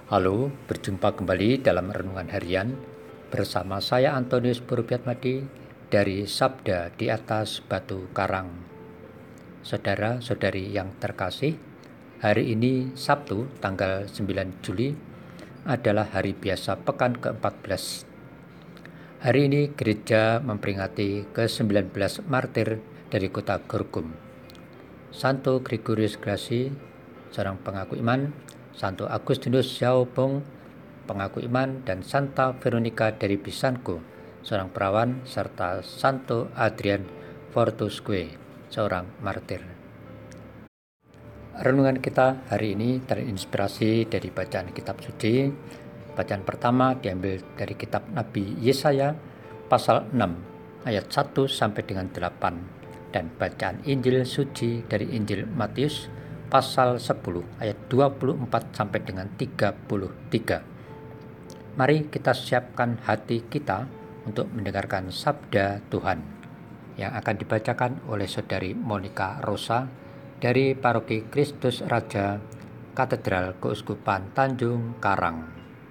Halo, berjumpa kembali dalam Renungan Harian bersama saya Antonius Purupiatmadi dari Sabda di Atas Batu Karang. Saudara-saudari yang terkasih, hari ini Sabtu tanggal 9 Juli adalah hari biasa pekan ke-14. Hari ini gereja memperingati ke-19 martir dari kota Gorkum. Santo Gregorius Grassi, seorang pengaku iman, Santo Agustinus Xiaobong, pengaku iman, dan Santa Veronica dari Bisanco, seorang perawan, serta Santo Adrian Fortescue, seorang martir. Renungan kita hari ini terinspirasi dari bacaan kitab suci. Bacaan pertama diambil dari kitab Nabi Yesaya pasal 6 ayat 1 sampai dengan 8, dan bacaan Injil suci dari Injil Matius pasal 10 ayat 24 sampai dengan 33. Mari kita siapkan hati kita untuk mendengarkan sabda Tuhan yang akan dibacakan oleh Saudari Monica Rosa dari Paroki Kristus Raja, Katedral Keuskupan Tanjung Karang.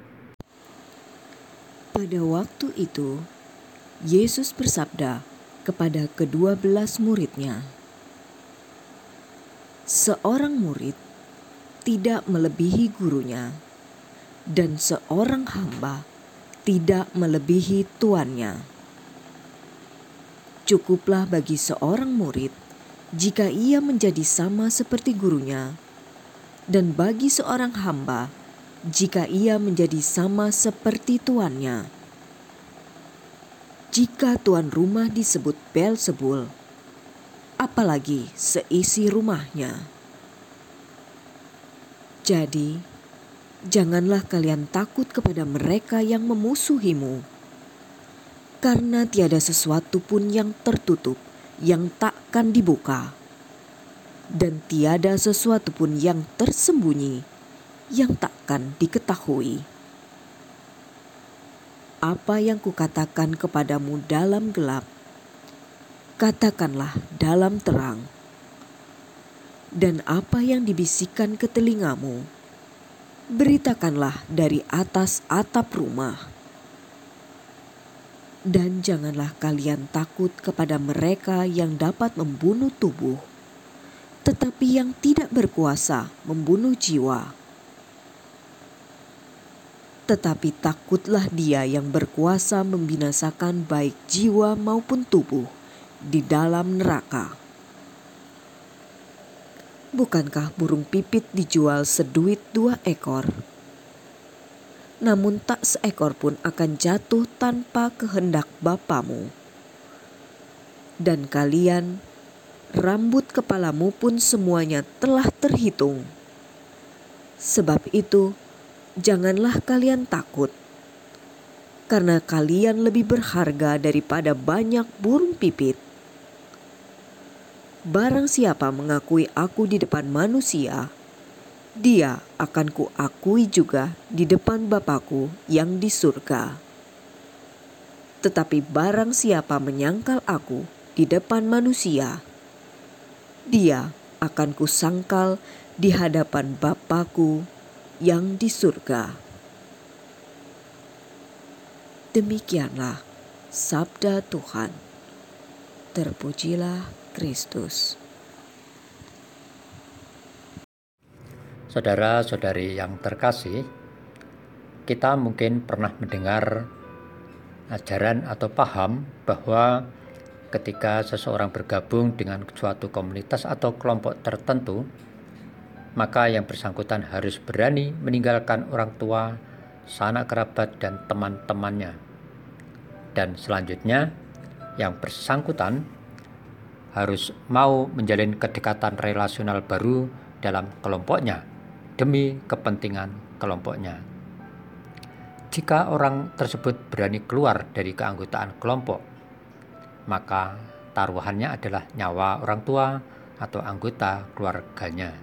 Pada waktu itu, Yesus bersabda kepada ke-12 murid-Nya, "Seorang murid tidak melebihi gurunya, dan seorang hamba tidak melebihi tuannya. Cukuplah bagi seorang murid jika ia menjadi sama seperti gurunya, dan bagi seorang hamba jika ia menjadi sama seperti tuannya. Jika tuan rumah disebut Beelzebul, apalagi seisi rumahnya. Jadi, janganlah kalian takut kepada mereka yang memusuhimu, karena tiada sesuatu pun yang tertutup yang takkan dibuka, dan tiada sesuatu pun yang tersembunyi yang takkan diketahui. Apa yang kukatakan kepadamu dalam gelap, katakanlah dalam terang. Dan apa yang dibisikkan ke telingamu, beritakanlah dari atas atap rumah. Dan janganlah kalian takut kepada mereka yang dapat membunuh tubuh, tetapi yang tidak berkuasa membunuh jiwa. Tetapi takutlah dia yang berkuasa membinasakan baik jiwa maupun tubuh di dalam neraka. Bukankah burung pipit dijual seduit 2 ekor? Namun tak seekor pun akan jatuh tanpa kehendak Bapamu. Dan kalian, rambut kepalamu pun semuanya telah terhitung. Sebab itu, janganlah kalian takut, karena kalian lebih berharga daripada banyak burung pipit. Barang siapa mengakui aku di depan manusia, dia akan kuakui juga di depan Bapa-Ku yang di surga. Tetapi barang siapa menyangkal aku di depan manusia, dia akan kusangkal di hadapan Bapa-Ku yang di surga." Demikianlah sabda Tuhan. Terpujilah Kristus. Saudara-saudari yang terkasih, kita mungkin pernah mendengar ajaran atau paham bahwa ketika seseorang bergabung dengan suatu komunitas atau kelompok tertentu, maka yang bersangkutan harus berani meninggalkan orang tua, sanak kerabat, dan teman-temannya. Dan selanjutnya, yang bersangkutan harus mau menjalin kedekatan relasional baru dalam kelompoknya demi kepentingan kelompoknya. Jika orang tersebut berani keluar dari keanggotaan kelompok, maka taruhannya adalah nyawa orang tua atau anggota keluarganya.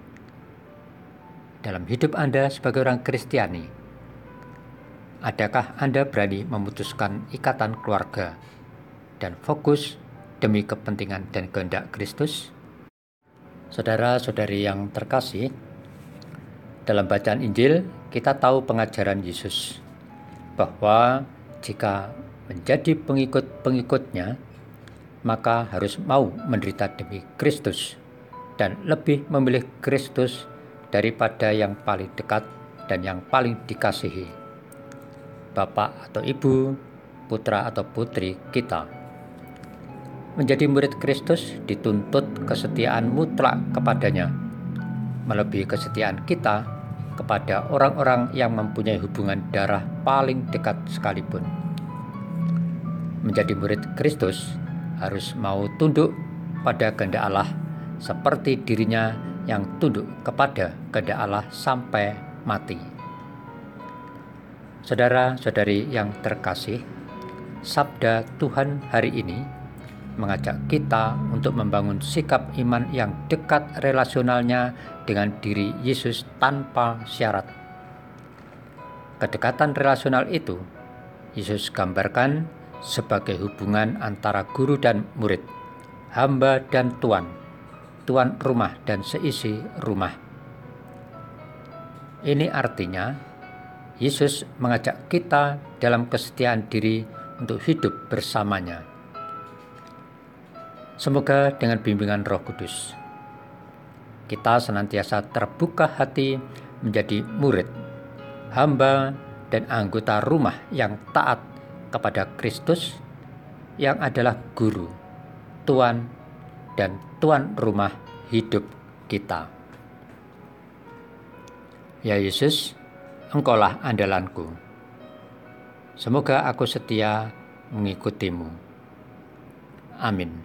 Dalam hidup Anda sebagai orang Kristiani, adakah Anda berani memutuskan ikatan keluarga dan fokus demi kepentingan dan kehendak Kristus? Saudara-saudari yang terkasih, dalam bacaan Injil kita tahu pengajaran Yesus bahwa jika menjadi pengikut-pengikutnya, maka harus mau menderita demi Kristus dan lebih memilih Kristus daripada yang paling dekat dan yang paling dikasihi, bapak atau ibu, putra atau putri kita. Menjadi murid Kristus dituntut kesetiaan mutlak kepadanya, melebihi kesetiaan kita kepada orang-orang yang mempunyai hubungan darah paling dekat sekalipun. Menjadi murid Kristus harus mau tunduk pada kehendak Allah seperti dirinya yang tunduk kepada kehendak Allah sampai mati. Saudara-saudari yang terkasih, sabda Tuhan hari ini mengajak kita untuk membangun sikap iman yang dekat relasionalnya dengan diri Yesus tanpa syarat. Kedekatan relasional itu Yesus gambarkan sebagai hubungan antara guru dan murid, hamba dan tuan, tuan rumah dan seisi rumah. Ini artinya Yesus mengajak kita dalam kesetiaan diri untuk hidup bersamanya. Semoga dengan bimbingan Roh Kudus, kita senantiasa terbuka hati menjadi murid, hamba, dan anggota rumah yang taat kepada Kristus yang adalah guru, tuan, dan tuan rumah hidup kita. Ya Yesus, Engkaulah andalanku. Semoga aku setia mengikutimu. Amin.